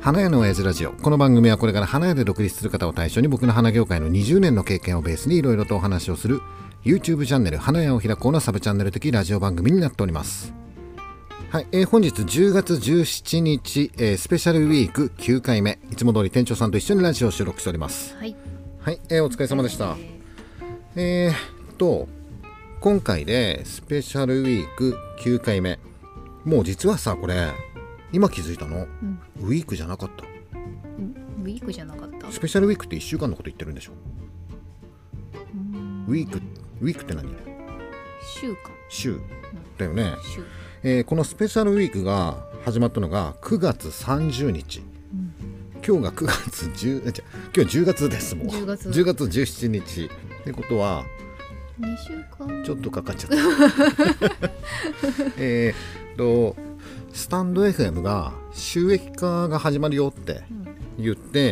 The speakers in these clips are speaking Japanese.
花屋の親父ラジオ。この番組はこれから花屋で独立する方を対象に僕の花業界の20年の経験をベースにいろいろとお話をする YouTube チャンネル花屋を開こうのサブチャンネル的ラジオ番組になっております。はい、本日10月17日、スペシャルウィーク9回目、いつも通り店長さんと一緒にラジオを収録しております。 はい、 はい、お疲れ様でした。今回でスペシャルウィーク9回目。もう実はさ、これ今気づいたの、ウィークじゃなかった。 ウィークじゃなかった。 スペシャルウィークって1週間のこと言ってるんでしょ。ウィークって何？週だよね。このスペシャルウィークが始まったのが9月30日、今日が9月10今日10月です。もう10月17日ってことは 2週間ちょっとかかっちゃったスタンド FM が収益化が始まるよって言って、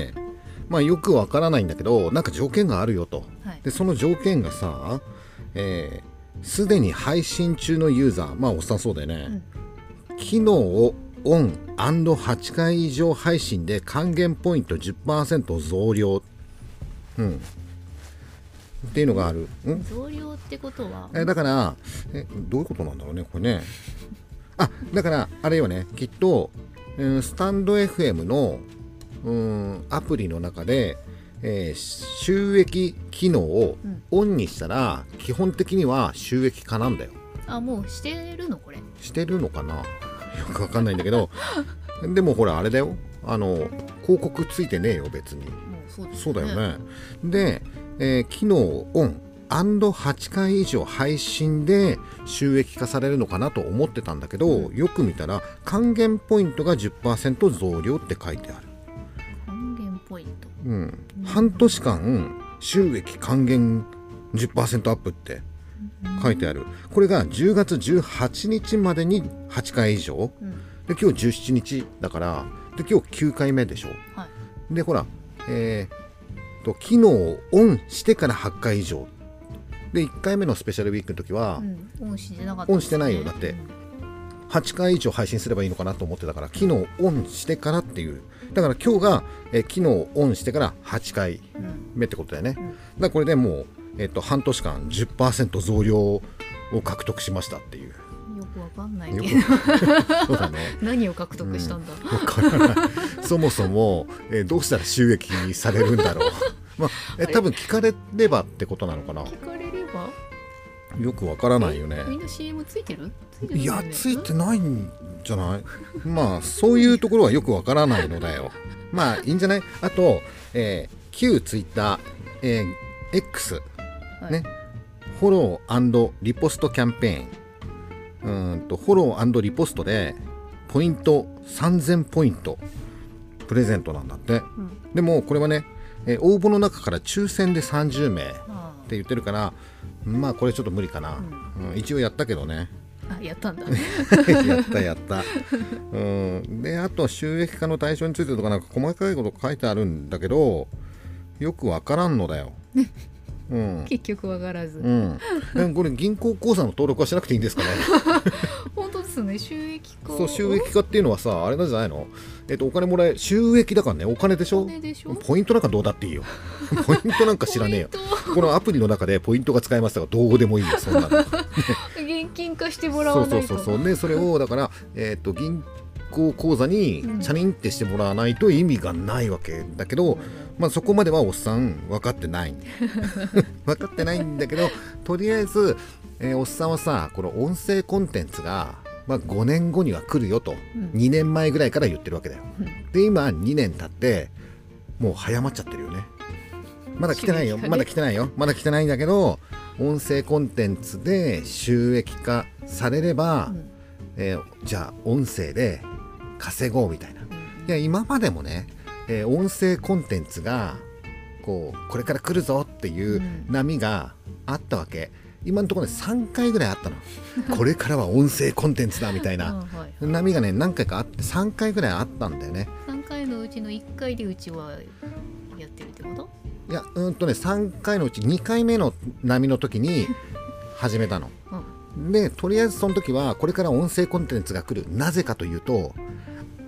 まあよくわからないんだけど、なんか条件があるよと、でその条件がさ、すでに配信中のユーザー、まあおっさんそうだよね、機能をオン&8回以上配信で還元ポイント 10% 増量、っていうのがある。 増量ってことはだからどういうことなんだろうね、これね。だからあれよね、きっと、スタンド FM のアプリの中で、収益機能をオンにしたら、基本的には収益化なんだよ。 もうしてるの？これしてるのかな、よくわかんないんだけどでもほらあれだよ、広告ついてねえよ別に。そうだよね。で、機能をオン&8回以上配信で収益化されるのかなと思ってたんだけど、よく見たら還元ポイントが 10% 増量って書いてある。 還元ポイント、 半年間収益還元 10% アップって書いてある。これが10月18日までに8回以上、で今日17日だから、で今日9回目でしょ、でほら機能をオンしてから8回以上で、1回目のスペシャルウィークの時は、 オンしてなかったですね。 オンしてないよ。だって8回以上配信すればいいのかなと思ってたから、機能をオンしてからっていう。だから今日が、機能をオンしてから8回目ってことだよね。だからこれでもう、半年間 10% 増量を獲得しましたっていう。 よくわかんないけどそうだね何を獲得したんだ、 わからないそもそも、どうしたら収益されるんだろう多分聞かれればってことなのかな。 聞かれればよくわからないよね。 みんな CM ついてる？ いや、ついてないんじゃない。まあそういうところはよくわからないのだよ。まあいいんじゃない。あと、旧ツイッター、X ね、フォロー&リポストキャンペーン、フォロー&リポストでポイント3000ポイントプレゼントなんだって、でもこれはね、応募の中から抽選で30名って言ってるから、まあこれちょっと無理かな、一応やったけどね。 やったんだやったで、あと収益化の対象についてとかなんか細かいこと書いてあるんだけど、よくわからんのだよ結局わからず、 でもこれ銀行口座の登録はしなくていいんですかね本当ですね。収益化、 そう収益化っていうのはさ、あれなんじゃないの、お金もらえ、収益だからね、お金でしょ。ポイントなんかどうだっていいよポイントなんか知らねえよこのアプリの中でポイントが使えますとかどうでもいいよ、そんなの現金化してもらわないと。 そうね、それをだから、銀行口座にチャリンってしてもらわないと意味がないわけだけど、まあそこまではおっさん分かってない分かってないんだけど、とりあえず、おっさんはさ、この音声コンテンツが5年後には来るよと、2年前ぐらいから言ってるわけだよ、で今2年経ってもう早まっちゃってるよね。まだ来てないよ、まだ来てないんだけど、音声コンテンツで収益化されれば、じゃあ音声で稼ごうみたいな。いや今までもね、音声コンテンツがこれから来るぞっていう波があったわけ。今のところね3回ぐらいあったのこれからは音声コンテンツだみたいな波がね何回かあって、3回ぐらいあったんだよね。 3回のうちの1回でうちはやってるってこと？ いや3回のうち2回目の波の時に始めたの、でとりあえずその時はこれから音声コンテンツが来る、なぜかというと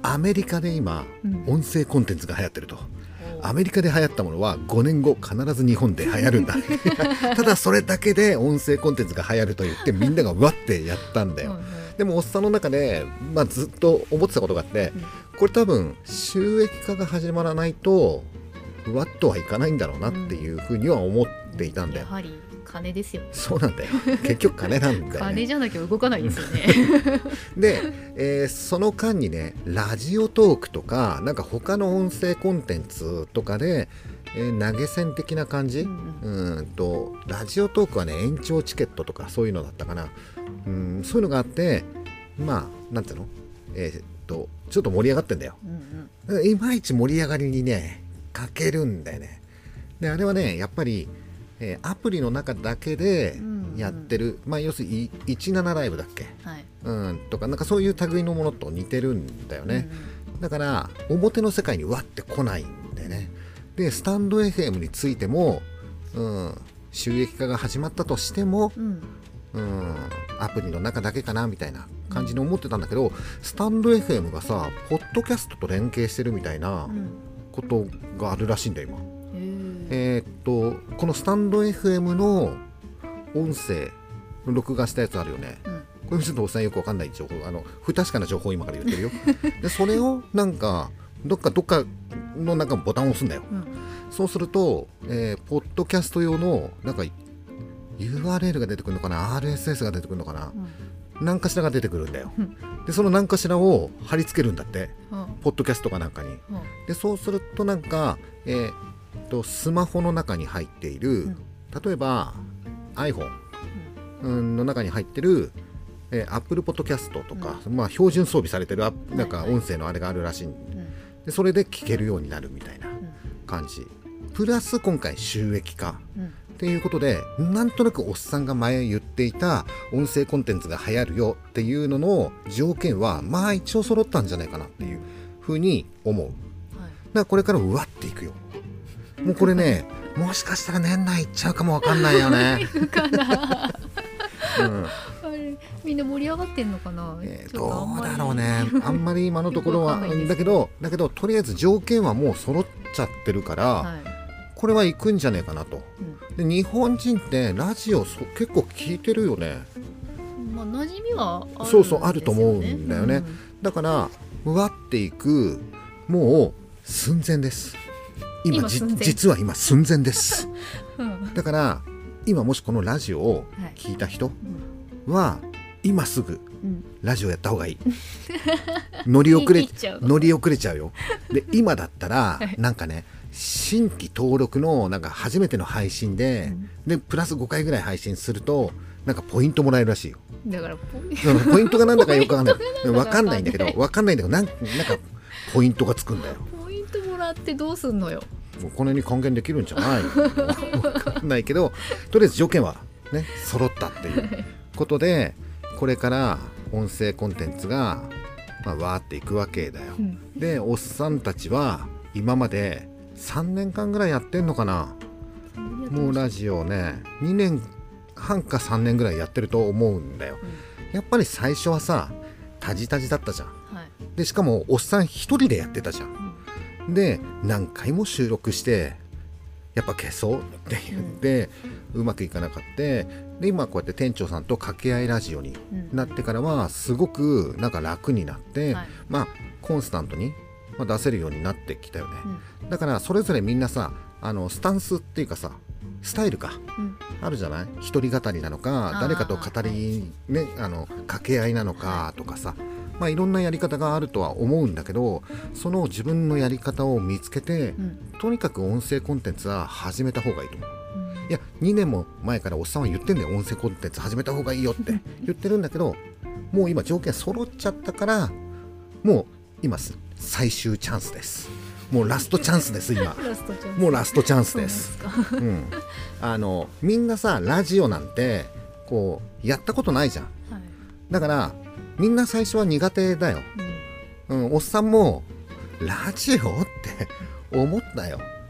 アメリカで今、 うん音声コンテンツが流行ってると。 おアメリカで流行ったものは5年後必ず日本で流行るんだただそれだけで音声コンテンツが流行ると言ってみんながうわってやったんだよ。でもおっさんの中で、ずっと思ってたことがあって、これ多分収益化が始まらないとうわっとはいかないんだろうなっていうふうには思っていたんだよ。 やはり金ですよね。 そうなんだよ、結局金なんだよね。 金じゃなきゃ動かないですよね。 で、その間にねラジオトークとかなんか他の音声コンテンツとかで、投げ銭的な感じ、ラジオトークはね延長チケットとかそういうのだったかな、そういうのがあって、なんていうの、ちょっと盛り上がってんだよ。いまいち盛り上がりにね欠けるんだよね。であれはねやっぱりアプリの中だけでやってる、要するに17ライブだっけ、 はいとかなんかそういう類のものと似てるんだよね。だから表の世界にわってこないんだよね。でスタンド FM についても、収益化が始まったとしても、アプリの中だけかなみたいな感じに思ってたんだけど、スタンド FM がさポッドキャストと連携してるみたいなことがあるらしいんだよ今。このスタンド FM の音声録画したやつあるよね、これちょっとおっさんよくわかんない情報、不確かな情報を今から言ってるよでそれをなんかどっかのなんかボタンを押すんだよ、そうすると、ポッドキャスト用のなんか URL が出てくるのかな、 RSS が出てくるのかな、何かしらが出てくるんだよ、でその何かしらを貼り付けるんだって、ポッドキャストかなんかに、でそうするとなんか、スマホの中に入っている、例えば iPhone の中に入ってる、Apple Podcast とか、標準装備されてるなんか音声のあれがあるらしい、でそれで聞けるようになるみたいな感じ、プラス今回収益化、っていうことでなんとなくおっさんが前言っていた音声コンテンツが流行るよっていうのの条件は一応揃ったんじゃないかなっていうふうに思う。だからこれからうわっていくよ。もうこれねもしかしたら年内いっちゃうかもわかんないよねあれみんな盛り上がってんのかな、 どうだろうね、あんまり今のところはだけどとりあえず条件はもう揃っちゃってるから、これは行くんじゃねえかなと、で日本人ってラジオ結構聞いてるよね。 馴染みはあるんですよね。 そうあると思うんだよね、だからうわっていく、もう寸前です。今実は今寸前です、だから今もしこのラジオを聞いた人は、今すぐラジオやった方がいい乗り遅れちゃうよ。で今だったらなんかね新規登録のなんか初めての配信で、プラス5回ぐらい配信するとなんかポイントもらえるらしいよ。 だからポイントがなんだかよくわかんないわかんないんだけどなんかポイントがつくんだよ。 ポイントもらってどうすんのよ。 もうこれに還元できるんじゃないわかんないけど、とりあえず条件はね揃ったっていうことで、これから音声コンテンツがわーっていくわけだよ、でおっさんたちは今まで3年間ぐらいやってんのかな、もうラジオね2年半か3年ぐらいやってると思うんだよ、やっぱり最初はさタジタジだったじゃん、でしかもおっさん一人でやってたじゃん、で何回も収録してやっぱ消そうって言って、うまくいかなかった。で今こうやって店長さんと掛け合いラジオになってからはすごくなんか楽になって、コンスタントに出せるようになってきたよね、だからそれぞれみんなさスタンスっていうかさスタイルか、あるじゃない、一人語りなのか誰かと語り、掛け合いなのかとかさ、いろんなやり方があるとは思うんだけど、その自分のやり方を見つけて、とにかく音声コンテンツは始めた方がいいと思う、いや2年も前からおっさんは言ってんだよ、音声コンテンツ始めた方がいいよって言ってるんだけど、もう今条件揃っちゃったから、もう今最終チャンスです。もうラストチャンスです今もうラストチャンスです。みんなさラジオなんてこうやったことないじゃん、だからみんな最初は苦手だよ、おっさんもラジオって思ったよ。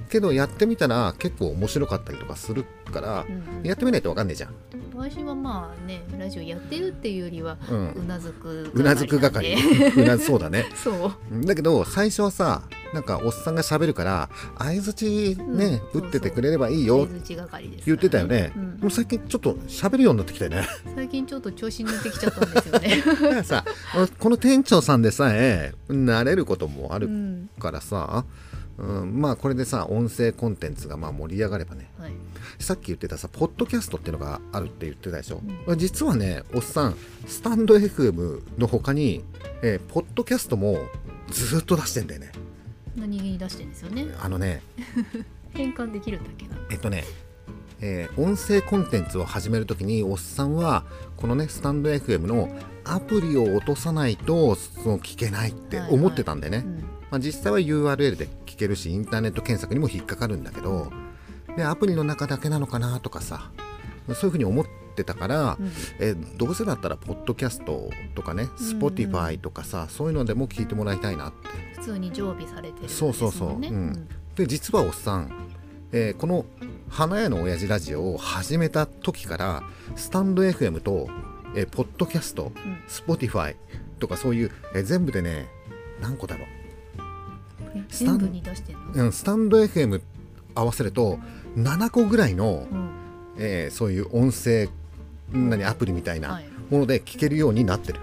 けどやってみたら結構面白かったりとかするから、 うんうん、 やってみないと分かんないじゃん。 私はまあねラジオやってるっていうよりは、うなずく係そうだねそうだけど最初はさなんかおっさんが喋るから相づちね、打っててくれればいいよって言ってたよね。もう最近ちょっと喋るようになってきたよね。 最近ちょっと調子に乗ってきちゃったんですよねだからさこの店長さんでさえ慣れることもあるからさ、まあこれでさ音声コンテンツがまあ盛り上がればね、はい、さっき言ってたさポッドキャストっていうのがあるって言ってたでしょ、実はねおっさんスタンド FM の他に、ポッドキャストもずっと出してんだよね。 何気に出してんですよね。変換できるんだっけな。 音声コンテンツを始めるときにおっさんはこのねスタンド FM のアプリを落とさないとその聞けないって思ってたんでね、実際は URL で聞けるしインターネット検索にも引っかかるんだけど、でアプリの中だけなのかなとかさそういうふうに思ってたから、どうせだったらポッドキャストとかね Spotify とかさ、そういうのでも聞いてもらいたいなって。 普通に常備されてるんですもんね。で実はおっさん、この花屋の親父ラジオを始めた時からスタンド FM と、ポッドキャスト、Spotify とかそういう、全部でね何個だろう全部に出してんの？ スタンド FM 合わせると7個ぐらいの、そういう音声アプリみたいなもので聞けるようになってる。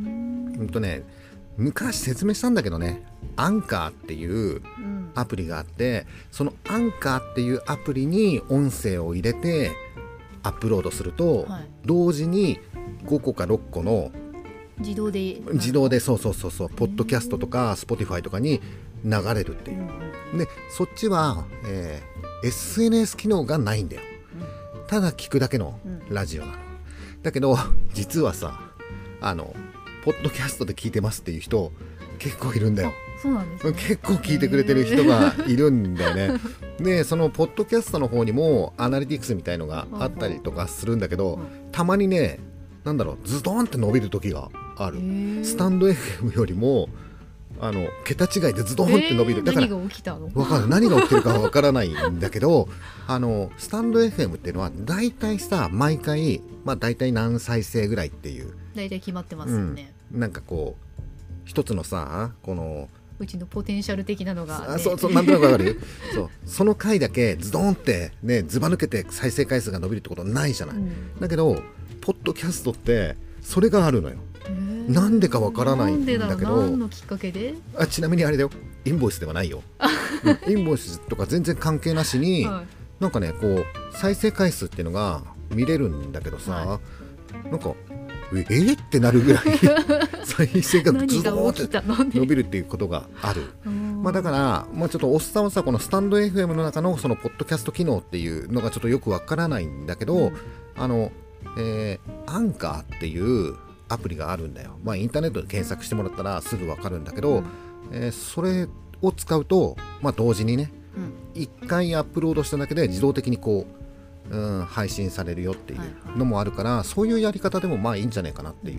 昔説明したんだけどね、アンカーっていうアプリがあって、そのアンカーっていうアプリに音声を入れてアップロードすると、同時に5個か6個の自動でそうポッドキャストとか Spotify とかに流れるっていう、でそっちは、SNS 機能がないんだよ、ただ聞くだけのラジオなの、だけど実はさポッドキャストで聞いてますっていう人結構いるんだよ。 そうなんですね。 結構聞いてくれてる人がいるんだよね。でそのポッドキャストの方にもアナリティクスみたいのがあったりとかするんだけど、たまにねズドンって伸びる時がある。スタンド FM よりも桁違いでズドンって伸びる。だから何が起きたの？ 何が起きてるかわからないんだけどスタンド FM っていうのは大体さ毎回大体何再生ぐらいっていう大体決まってますよね、 なんかこう一つのさこのうちのポテンシャル的なのが、 そうなんとなくわかるその回だけズドンってねずば抜けて再生回数が伸びるってことはないじゃない、だけどポッドキャストってそれがあるのよ。なんでかわからないんだけど、 何のきっかけで？ ちなみにあれだよ、インボイスではないよインボイスとか全然関係なしに、なんかねこう再生回数っていうのが見れるんだけどさ、なんかってなるぐらい再生がずっと伸びるっていうことがある。だから、ちょっとおっさんはさこのスタンド FM の中のそのポッドキャスト機能っていうのがちょっとよくわからないんだけど、アンカーっていうアプリがあるんだよ。インターネットで検索してもらったらすぐわかるんだけど、それを使うと、同時にね、1回アップロードしただけで自動的にこう配信されるよっていうのもあるから、そういうやり方でもいいんじゃないかなっていう、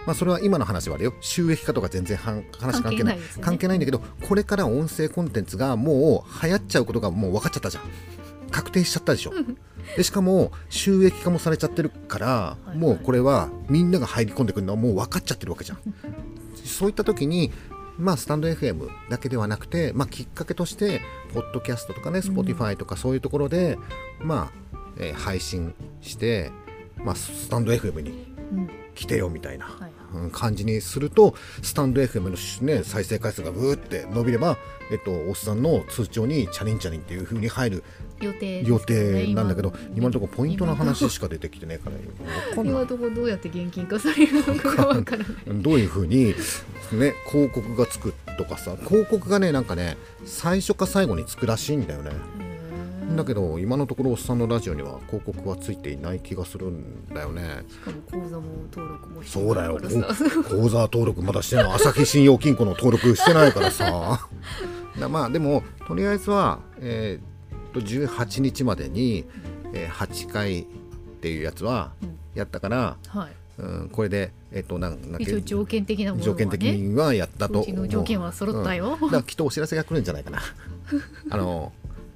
それは今の話はあれよ、収益化とか全然話関係ない、関係ないんだけど、これから音声コンテンツがもう流行っちゃうことがもう分かっちゃったじゃん。確定しちゃったでしょでしかも収益化もされちゃってるから、もうこれはみんなが入り込んでくるのはもう分かっちゃってるわけじゃんそういった時にスタンド FM だけではなくて、きっかけとしてポッドキャストとかね Spotify とかそういうところで配信して、スタンド FM に来てよみたいな感じにすると、スタンド FM の、ね、再生回数がブーって伸びれば、おっさんの通帳にチャリンチャリンっていう風に入る予定なんだけど、今のところポイントの話しか出てきてねえから今のところどうやって現金化されるのかが分からないどういう風に、ね、広告がつくとかさ、広告がね最初か最後につくらしいんだよね。だけど今のところおっさんのラジオには広告はついていない気がするんだよね。 しかも口座も登録もしてないからさ。そうだよ、口座登録まだしてない朝日信用金庫の登録してないからさでもとりあえずは、18日までに、8回っていうやつはやったから、これで、一応条件的なものはね、 条件的にはやったと。 うちの条件は揃ったよ。 だからきっとお知らせが来るんじゃないかな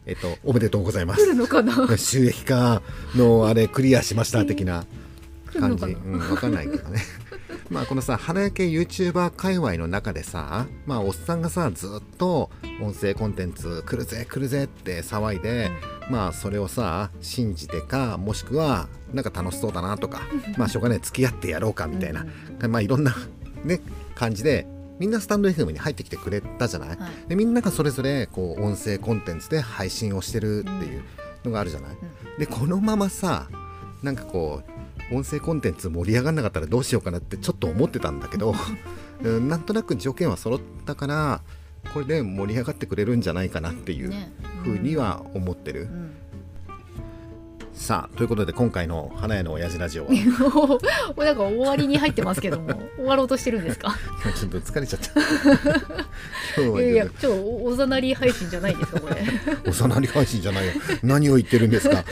おめでとうございま来るのかなす収益化のあれクリアしました的な感じ、 来るのかな分かんないけどねまあこのさ花焼け YouTuber 界隈の中でさ、まあおっさんがさずっと音声コンテンツ来るぜ来るぜって騒いで、まあそれをさ信じてか、もしくはなんか楽しそうだなとかまあしょうがない付き合ってやろうかみたいな、まあいろんなね感じでみんなスタンド FM に入ってきてくれたじゃない、でみんながそれぞれこう音声コンテンツで配信をしてるっていうのがあるじゃない、でこのままさなんかこう音声コンテンツ盛り上がんなかったらどうしようかなってちょっと思ってたんだけどなんとなく条件は揃ったからこれで盛り上がってくれるんじゃないかなっていうふうには思ってる、さあということで今回の花屋の親父ラジオはもうなんか終わりに入ってますけども終わろうとしてるんですかちょっと疲れちゃった今日はちょっとおざなり配信じゃないですかこれおさなり配信じゃないよ何を言ってるんですか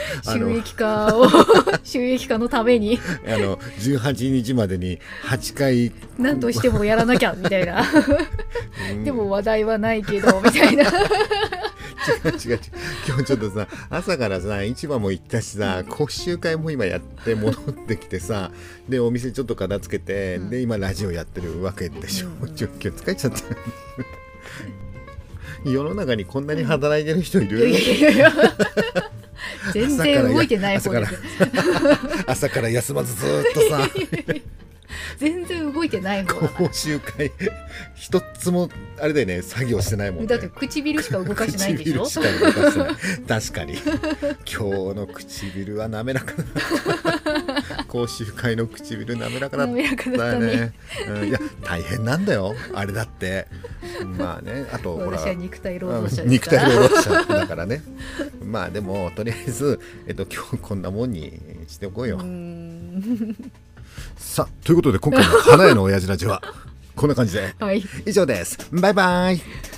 収益化のために 18日までに8回何としてもやらなきゃみたいなでも話題はないけどみたいな違う今日ちょっとさ朝からさ市場も行ったしさ講習会も今やって戻ってきてさでお店ちょっと片付けて、で今ラジオやってるわけでしょ、今日疲れちゃった世の中にこんなに働いてる人いる？ いや全然動いてない方です朝から休まずずっとさ全然動いてない方だから講習会一つもあれだよね作業してないもんね。 だって唇しか動かしてないんでしょ。 唇しか動かしてない確かに今日の唇は滑らかだ講習会の唇滑らかだったよね、いや大変なんだよあれだってまあね、あとほら私は肉体労働者ですから肉体労働者だからねまあでもとりあえず、今日こんなもんにしておこうよ。さあということで今回の花屋の親父ラジオはこんな感じで、以上です。バイバイ。